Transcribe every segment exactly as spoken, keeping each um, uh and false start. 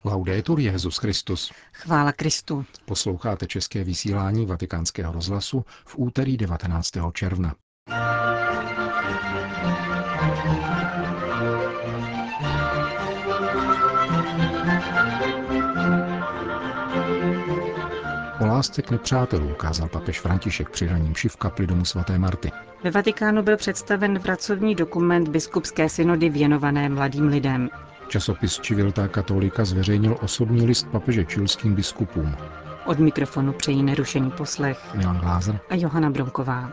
Laudetur Jesus Christus. Chvála Kristu. Posloucháte české vysílání Vatikánského rozhlasu v úterý devatenáctého června. O lásce k nepřátelům kázal papež František při raním mši v kapli domu svaté Marty. Ve Vatikánu byl představen pracovní dokument biskupské synody věnované mladým lidem. Časopis Civiltà Cattolica zveřejnil osobní list papeže chilským biskupům. Od mikrofonu přejí nerušený poslech Milan Glázer a Johana Bronková.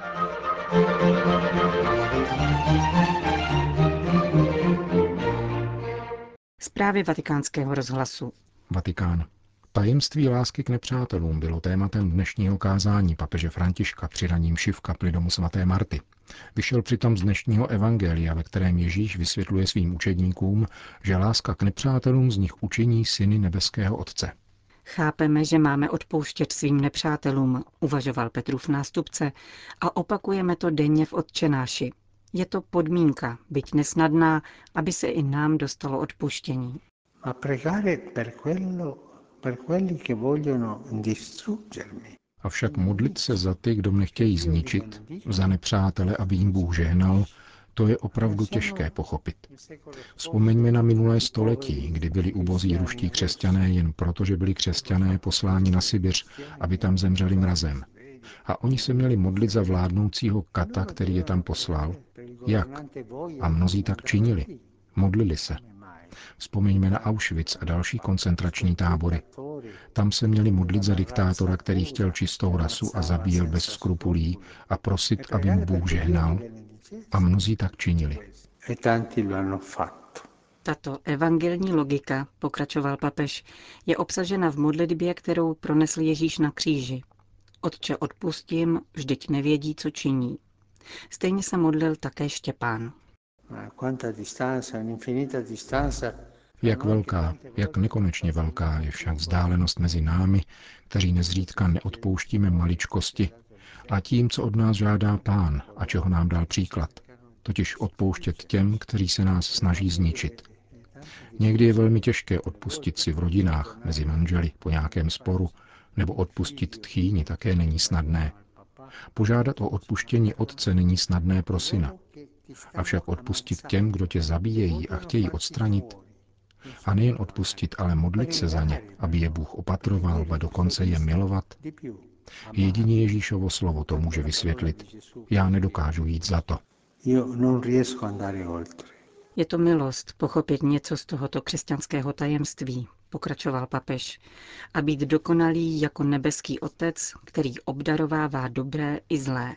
Zprávy Vatikánského rozhlasu. Vatikán. Tajemství lásky k nepřátelům bylo tématem dnešního kázání papeže Františka při raním mši v kapli domu svaté Marty. Vyšel přitom z dnešního evangelia, ve kterém Ježíš vysvětluje svým učedníkům, že láska k nepřátelům z nich učiní syny nebeského Otce. Chápeme, že máme odpouštět svým nepřátelům, uvažoval Petrův nástupce, a opakujeme to denně v Otčenáši. Je to podmínka, byť nesnadná, aby se i nám dostalo odpuštění. A pregare per quello, per quelli che vogliono distruggermi. Avšak modlit se za ty, kdo mě chtějí zničit, za nepřátele, aby jim Bůh žehnal, to je opravdu těžké pochopit. Vzpomeňme na minulé století, kdy byli ubozí ruští křesťané jen proto, že byli křesťané posláni na Sibiř, aby tam zemřeli mrazem. A oni se měli modlit za vládnoucího kata, který je tam poslal. Jak? A mnozí tak činili. Modlili se. Vzpomeňme na Auschwitz a další koncentrační tábory. Tam se měli modlit za diktátora, který chtěl čistou rasu a zabíjel bez skrupulí, a prosit, aby mu Bůh žehnal. A mnozí tak činili. Tato evangelní logika, pokračoval papež, je obsažena v modlitbě, kterou pronesl Ježíš na kříži. Otče, odpustím, vždyť nevědí, co činí. Stejně se modlil také Štěpán. Jak velká, jak nekonečně velká je však vzdálenost mezi námi, kteří nezřídka neodpouštíme maličkosti, a tím, co od nás žádá Pán a čeho nám dal příklad, totiž odpouštět těm, kteří se nás snaží zničit. Někdy je velmi těžké odpustit si v rodinách, mezi manželi, po nějakém sporu, nebo odpustit tchýni také není snadné. Požádat o odpuštění otce není snadné pro syna. Avšak odpustit těm, kdo tě zabíjejí a chtějí odstranit, a nejen odpustit, ale modlit se za ně, aby je Bůh opatroval, a dokonce je milovat. Jedině Ježíšovo slovo to může vysvětlit. Já nedokážu jít za to. Je to milost pochopit něco z tohoto křesťanského tajemství, pokračoval papež, a být dokonalý jako nebeský Otec, který obdarovává dobré i zlé.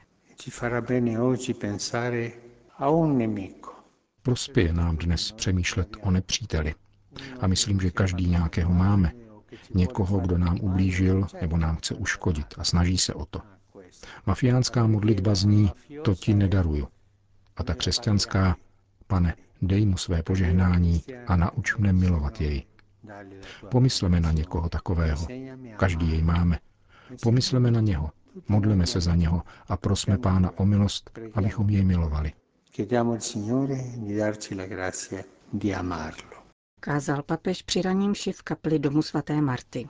Prospěje nám dnes přemýšlet o nepříteli. A myslím, že každý nějakého máme. Někoho, kdo nám ublížil nebo nám chce uškodit a snaží se o to. Mafiánská modlitba zní, to ti nedaruju. A ta křesťanská, Pane, dej mu své požehnání a nauč mne milovat jej. Pomysleme na někoho takového. Každý jej máme. Pomysleme na něho, modleme se za něho a prosme Pána o milost, abychom jej milovali. Kázal papež při raním mši v kapli domu svaté Marty.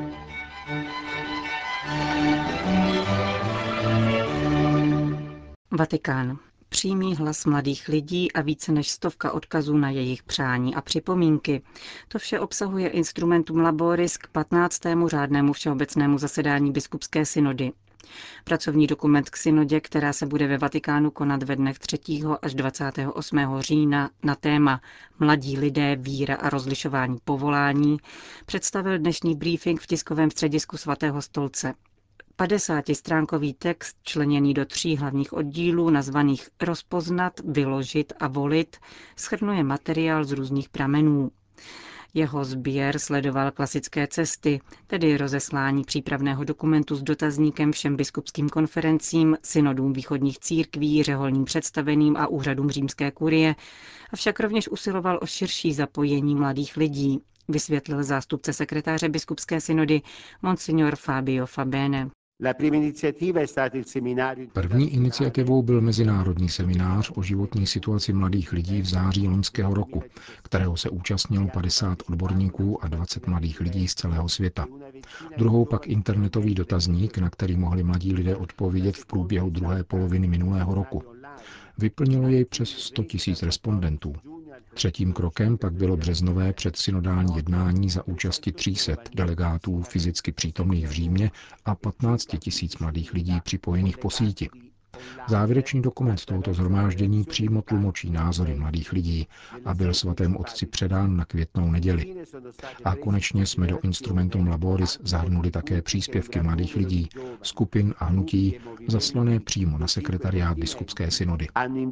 Vatikán. Přímý hlas mladých lidí a více než stovka odkazů na jejich přání a připomínky. To vše obsahuje Instrumentum Laboris k patnáctému řádnému všeobecnému zasedání biskupské synody. Pracovní dokument k synodě, která se bude ve Vatikánu konat ve dnech třetího až dvacátého osmého října na téma Mladí lidé, víra a rozlišování povolání, představil dnešní briefing v tiskovém středisku Svatého stolce. padesátistránkový text, členěný do tří hlavních oddílů, nazvaných Rozpoznat, vyložit a volit, shrnuje materiál z různých pramenů. Jeho sběr sledoval klasické cesty, tedy rozeslání přípravného dokumentu s dotazníkem všem biskupským konferencím, synodům východních církví, řeholním představeným a úřadům římské kurie, avšak rovněž usiloval o širší zapojení mladých lidí, vysvětlil zástupce sekretáře biskupské synody Monsignor Fabio Fabene. První iniciativou byl mezinárodní seminář o životní situaci mladých lidí v září loňského roku, kterého se účastnilo padesát odborníků a dvacet mladých lidí z celého světa. Druhou pak internetový dotazník, na který mohli mladí lidé odpovědět v průběhu druhé poloviny minulého roku. Vyplnilo jej přes sto tisíc respondentů. Třetím krokem pak bylo březnové předsynodální jednání za účasti tří set delegátů fyzicky přítomných v Římě a patnáct tisíc mladých lidí připojených po síti. Závěrečný dokument tohoto shromáždění přímo tlumočí názory mladých lidí a byl svatému otci předán na Květnou neděli. A konečně jsme do Instrumentum Laboris zahrnuli také příspěvky mladých lidí, skupin a hnutí zaslané přímo na sekretariát biskupské synody.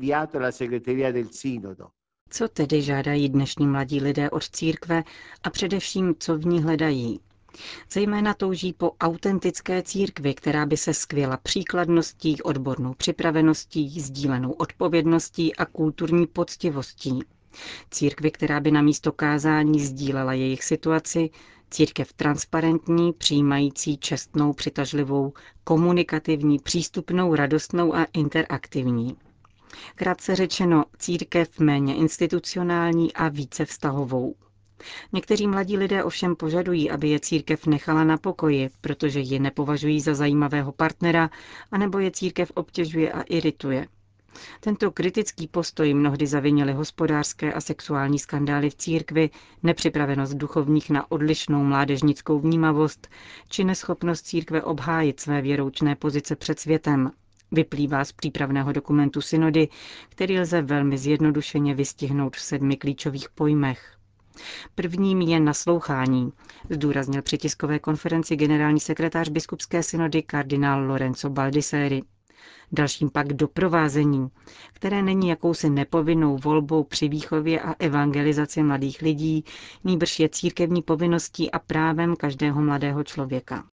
Co tedy žádají dnešní mladí lidé od církve a především, co v ní hledají? Zejména touží po autentické církvi, která by se skvěla příkladností, odbornou připraveností, sdílenou odpovědností a kulturní poctivostí. Církvi, která by na místo kázání sdílela jejich situaci, církev transparentní, přijímající, čestnou, přitažlivou, komunikativní, přístupnou, radostnou a interaktivní. Krátce řečeno, církev méně institucionální a více vztahovou. Někteří mladí lidé ovšem požadují, aby je církev nechala na pokoji, protože ji nepovažují za zajímavého partnera, anebo je církev obtěžuje a irituje. Tento kritický postoj mnohdy zavinily hospodářské a sexuální skandály v církvi, nepřipravenost duchovních na odlišnou mládežnickou vnímavost či neschopnost církve obhájit své věroučné pozice před světem. Vyplývá z přípravného dokumentu synody, který lze velmi zjednodušeně vystihnout v sedmi klíčových pojmech. Prvním je naslouchání, zdůraznil při tiskové konferenci generální sekretář biskupské synody kardinál Lorenzo Baldisseri. Dalším pak doprovázení, které není jakousi nepovinnou volbou při výchově a evangelizaci mladých lidí, nýbrž je církevní povinností a právem každého mladého člověka.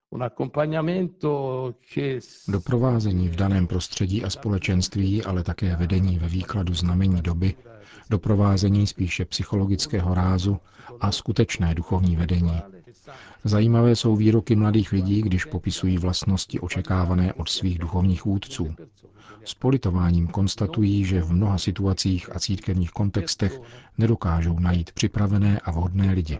Doprovázení v daném prostředí a společenství, ale také vedení ve výkladu znamení doby, doprovázení spíše psychologického rázu a skutečné duchovní vedení. Zajímavé jsou výroky mladých lidí, když popisují vlastnosti očekávané od svých duchovních vůdců. S politováním konstatují, že v mnoha situacích a církevních kontextech nedokážou najít připravené a vhodné lidi.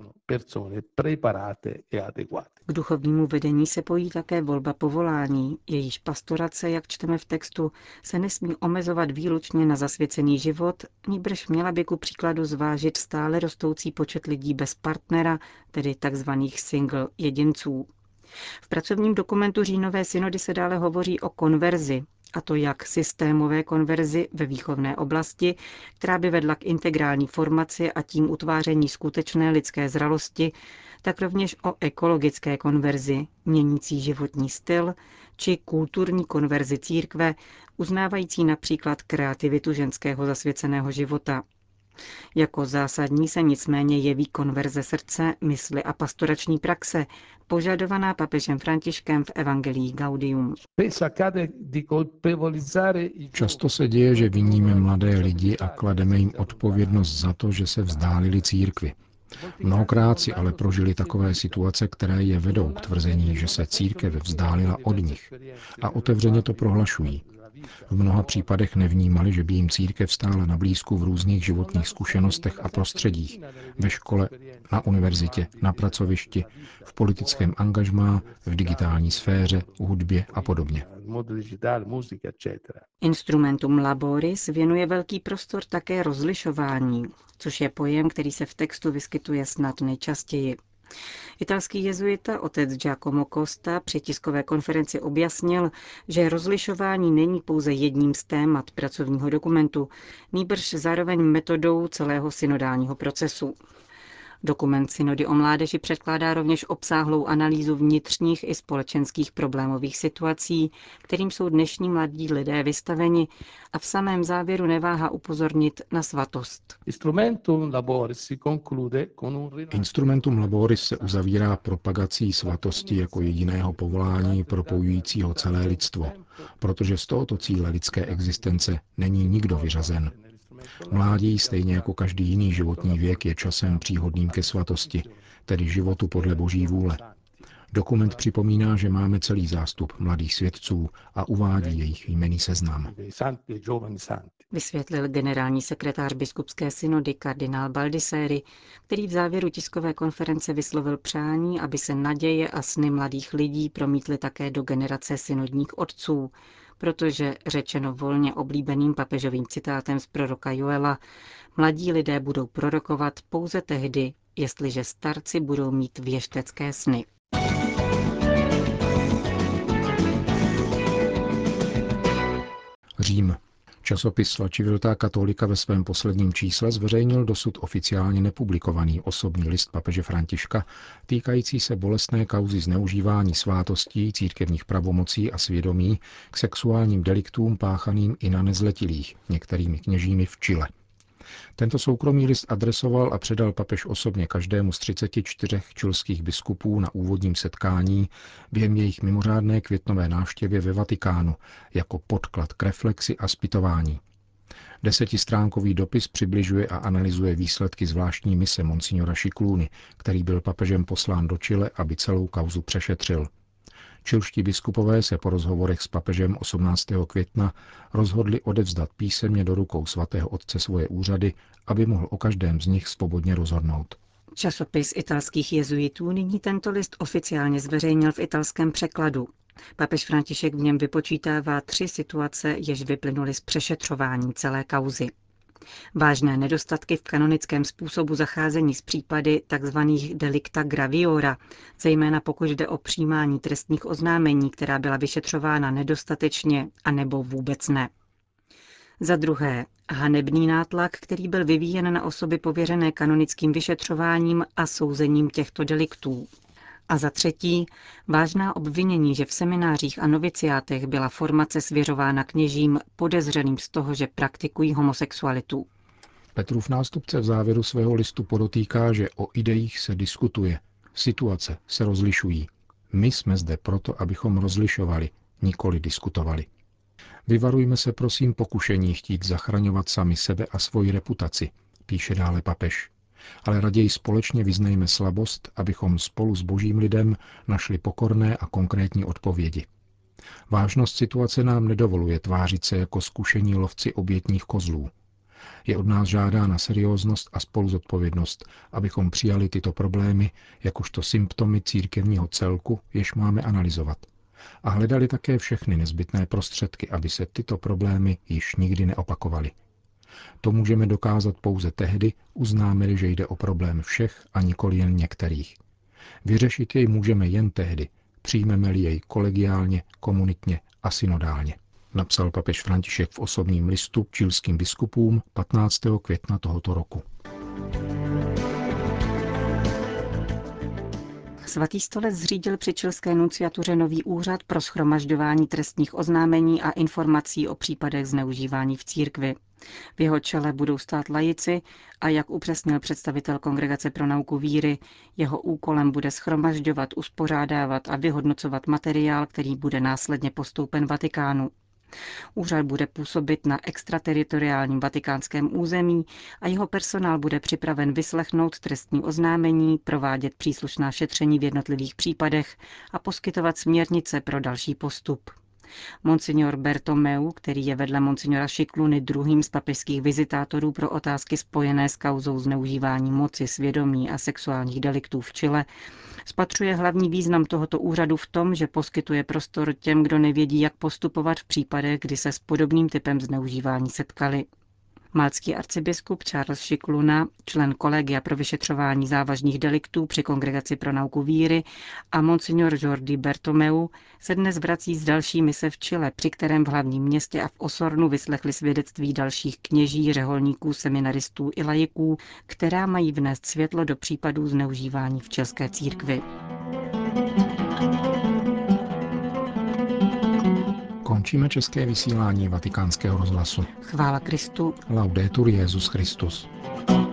K duchovnímu vedení se pojí také volba povolání, jejíž pastorace, jak čteme v textu, se nesmí omezovat výlučně na zasvěcený život, nýbrž měla by ku příkladu zvážit stále rostoucí počet lidí bez partnera, tedy tzv. Single jedinců. V pracovním dokumentu říjnové synody se dále hovoří o konverzi, a to jak systémové konverzi ve výchovné oblasti, která by vedla k integrální formaci a tím utváření skutečné lidské zralosti, tak rovněž o ekologické konverzi, měnící životní styl, či kulturní konverzi církve, uznávající například kreativitu ženského zasvěceného života. Jako zásadní se nicméně jeví konverze srdce, mysli a pastorační praxe, požadovaná papežem Františkem v Evangelii Gaudium. Často se děje, že viníme mladé lidi a klademe jim odpovědnost za to, že se vzdálili církvi. Mnohokrát si ale prožili takové situace, které je vedou k tvrzení, že se církev vzdálila od nich. A otevřeně to prohlašují. V mnoha případech nevnímali, že by jim církev stála na blízku v různých životních zkušenostech a prostředích, ve škole, na univerzitě, na pracovišti, v politickém angažmá, v digitální sféře, v hudbě a podobně. Instrumentum Laboris věnuje velký prostor také rozlišování, což je pojem, který se v textu vyskytuje snad nejčastěji. Italský jezuita otec Giacomo Costa při tiskové konferenci objasnil, že rozlišování není pouze jedním z témat pracovního dokumentu, nýbrž zároveň metodou celého synodálního procesu. Dokument synody o mládeži předkládá rovněž obsáhlou analýzu vnitřních i společenských problémových situací, kterým jsou dnešní mladí lidé vystaveni, a v samém závěru neváhá upozornit na svatost. Instrumentum Laboris se uzavírá propagací svatosti jako jediného povolání propojujícího celé lidstvo, protože z tohoto cíle lidské existence není nikdo vyřazen. Mládí, stejně jako každý jiný životní věk, je časem příhodným ke svatosti, tedy životu podle Boží vůle. Dokument připomíná, že máme celý zástup mladých svědců a uvádí jejich jmenný seznam. Vysvětlil generální sekretář biskupské synody kardinál Baldisseri, který v závěru tiskové konference vyslovil přání, aby se naděje a sny mladých lidí promítly také do generace synodních otců, protože, řečeno volně oblíbeným papežovým citátem z proroka Joela, mladí lidé budou prorokovat pouze tehdy, jestliže starci budou mít věštecké sny. Řím. Časopis La Civiltà Cattolica ve svém posledním čísle zveřejnil dosud oficiálně nepublikovaný osobní list papeže Františka týkající se bolestné kauzy zneužívání svátostí, církevních pravomocí a svědomí k sexuálním deliktům páchaným i na nezletilých některými kněžími v Chile. Tento soukromý list adresoval a předal papež osobně každému z třiceti čtyřech chilských biskupů na úvodním setkání během jejich mimořádné květnové návštěvě ve Vatikánu jako podklad k reflexi a zpytování. Desetistránkový dopis přibližuje a analyzuje výsledky zvláštní mise monsignora Sciclúny, který byl papežem poslán do Chile, aby celou kauzu přešetřil. Chilští biskupové se po rozhovorech s papežem osmnáctého května rozhodli odevzdat písemně do rukou svatého otce svoje úřady, aby mohl o každém z nich svobodně rozhodnout. Časopis italských jezuitů nyní tento list oficiálně zveřejnil v italském překladu. Papež František v něm vypočítává tři situace, jež vyplynuly z přešetřování celé kauzy. Vážné nedostatky v kanonickém způsobu zacházení s případy tzv. Delicta graviora, zejména pokud jde o přijímání trestních oznámení, která byla vyšetřována nedostatečně anebo vůbec ne. Za druhé, hanebný nátlak, který byl vyvíjen na osoby pověřené kanonickým vyšetřováním a souzením těchto deliktů. A za třetí, vážná obvinění, že v seminářích a noviciátech byla formace svěřována kněžím podezřelým z toho, že praktikují homosexualitu. Petrův nástupce v závěru svého listu podotýká, že o ideích se diskutuje, situace se rozlišují. My jsme zde proto, abychom rozlišovali, nikoli diskutovali. Vyvarujme se prosím pokušení chtít zachraňovat sami sebe a svoji reputaci, píše dále papež. Ale raději společně vyznejme slabost, abychom spolu s božím lidem našli pokorné a konkrétní odpovědi. Vážnost situace nám nedovoluje tvářit se jako zkušení lovci obětních kozlů. Je od nás žádána serióznost a spoluzodpovědnost, abychom přijali tyto problémy jakožto symptomy církevního celku, jež máme analyzovat. A hledali také všechny nezbytné prostředky, aby se tyto problémy již nikdy neopakovaly. To můžeme dokázat pouze tehdy, uznáme-li, že jde o problém všech a nikoli jen některých. Vyřešit jej můžeme jen tehdy, přijmeme-li jej kolegiálně, komunitně a synodálně. Napsal papež František v osobním listu chilským biskupům patnáctého května tohoto roku. Svatý stolec zřídil při chilské nunciatuře nový úřad pro shromažďování trestních oznámení a informací o případech zneužívání v církvi. V jeho čele budou stát laici a jak upřesnil představitel Kongregace pro nauku víry, jeho úkolem bude shromažďovat, uspořádávat a vyhodnocovat materiál, který bude následně postoupen Vatikánu. Úřad bude působit na extrateritoriálním vatikánském území a jeho personál bude připraven vyslechnout trestní oznámení, provádět příslušná šetření v jednotlivých případech a poskytovat směrnice pro další postup. Monsignor Bertomeu, který je vedle monsignora Sciclúny druhým z papežských vizitátorů pro otázky spojené s kauzou zneužívání moci, svědomí a sexuálních deliktů v Chile, spatřuje hlavní význam tohoto úřadu v tom, že poskytuje prostor těm, kdo nevědí, jak postupovat v případech, kdy se s podobným typem zneužívání setkali. Maltský arcibiskup Charles Scicluna, člen kolegia pro vyšetřování závažných deliktů při Kongregaci pro nauku víry, a monsignor Jordi Bertomeu se dnes vrací z další mise v Chile, při kterém v hlavním městě a v Osornu vyslechli svědectví dalších kněží, řeholníků, seminaristů i laiků, která mají vnést světlo do případů zneužívání v chilské církvi. Končíme české vysílání Vatikánského rozhlasu. Chvála Kristu. Laudetur Jesus Christus.